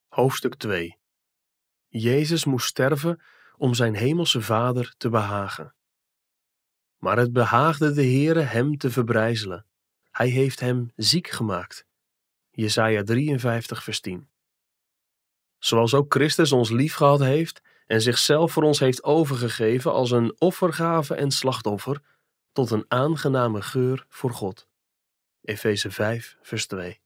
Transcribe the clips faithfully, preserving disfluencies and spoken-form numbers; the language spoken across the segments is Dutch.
Hoofdstuk twee. Jezus moest sterven om zijn hemelse Vader te behagen. Maar het behaagde de Heere hem te verbrijzelen. Hij heeft hem ziek gemaakt. Jesaja drieënvijftig vers tien. Zoals ook Christus ons liefgehad heeft en zichzelf voor ons heeft overgegeven als een offergave en slachtoffer tot een aangename geur voor God. Efeze vijf vers twee.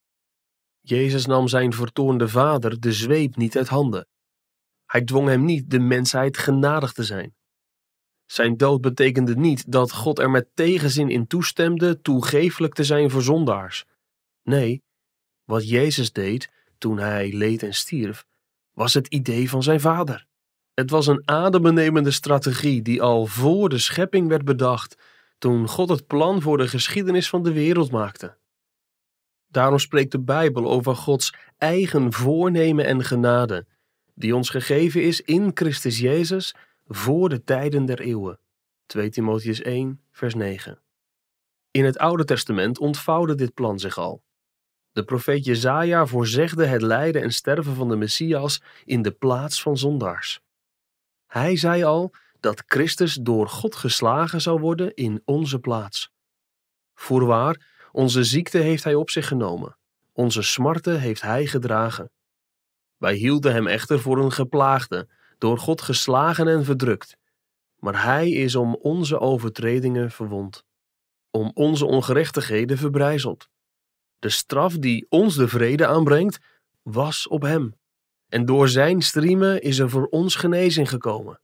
Jezus nam zijn vertoornde Vader de zweep niet uit handen. Hij dwong hem niet de mensheid genadig te zijn. Zijn dood betekende niet dat God er met tegenzin in toestemde toegeeflijk te zijn voor zondaars. Nee, wat Jezus deed toen hij leed en stierf, was het idee van zijn Vader. Het was een adembenemende strategie die al voor de schepping werd bedacht, toen God het plan voor de geschiedenis van de wereld maakte. Daarom spreekt de Bijbel over Gods eigen voornemen en genade, die ons gegeven is in Christus Jezus voor de tijden der eeuwen. twee Timotheüs één, vers negen. In het Oude Testament ontvouwde dit plan zich al. De profeet Jesaja voorzegde het lijden en sterven van de Messias in de plaats van zondaars. Hij zei al dat Christus door God geslagen zou worden in onze plaats. Voorwaar, onze ziekte heeft hij op zich genomen. Onze smarten heeft hij gedragen. Wij hielden hem echter voor een geplaagde, door God geslagen en verdrukt. Maar hij is om onze overtredingen verwond, om onze ongerechtigheden verbrijzeld. De straf die ons de vrede aanbrengt, was op hem. En door zijn striemen is er voor ons genezing gekomen.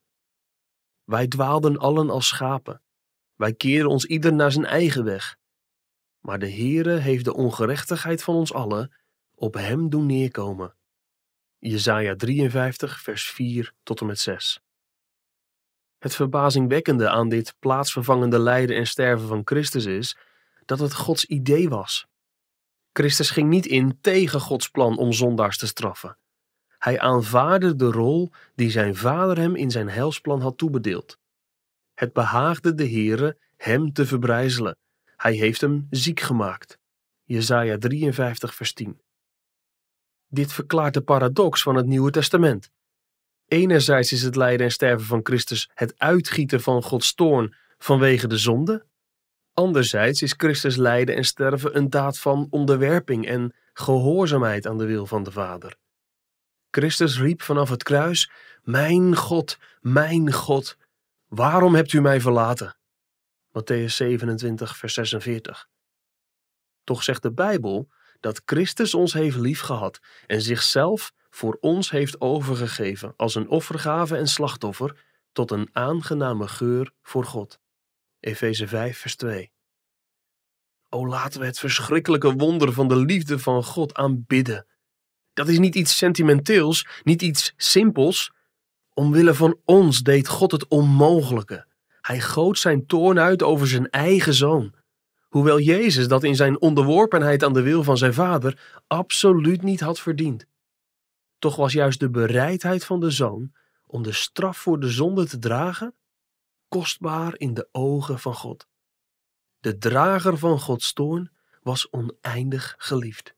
Wij dwaalden allen als schapen. Wij keerden ons ieder naar zijn eigen weg. Maar de Heere heeft de ongerechtigheid van ons allen op hem doen neerkomen. Jesaja drieënvijftig, vers vier tot en met zes. Het verbazingwekkende aan dit plaatsvervangende lijden en sterven van Christus is dat het Gods idee was. Christus ging niet in tegen Gods plan om zondaars te straffen. Hij aanvaardde de rol die zijn Vader hem in zijn heilsplan had toebedeeld. Het behaagde de Heere hem te verbrijzelen. Hij heeft hem ziek gemaakt. Jesaja drieënvijftig vers tien. Dit verklaart de paradox van het Nieuwe Testament. Enerzijds is het lijden en sterven van Christus het uitgieten van Gods toorn vanwege de zonde. Anderzijds is Christus lijden en sterven een daad van onderwerping en gehoorzaamheid aan de wil van de Vader. Christus riep vanaf het kruis: Mijn God, mijn God, waarom hebt u mij verlaten? Mattheüs zevenentwintig, vers zesenveertig. Toch zegt de Bijbel dat Christus ons heeft liefgehad en zichzelf voor ons heeft overgegeven als een offergave en slachtoffer tot een aangename geur voor God. Efeze vijf, vers twee. O, laten we het verschrikkelijke wonder van de liefde van God aanbidden. Dat is niet iets sentimenteels, niet iets simpels. Omwille van ons deed God het onmogelijke. Hij goot zijn toorn uit over zijn eigen zoon. Hoewel Jezus dat in zijn onderworpenheid aan de wil van zijn Vader absoluut niet had verdiend. Toch was juist de bereidheid van de zoon om de straf voor de zonde te dragen kostbaar in de ogen van God. De drager van Gods toorn was oneindig geliefd.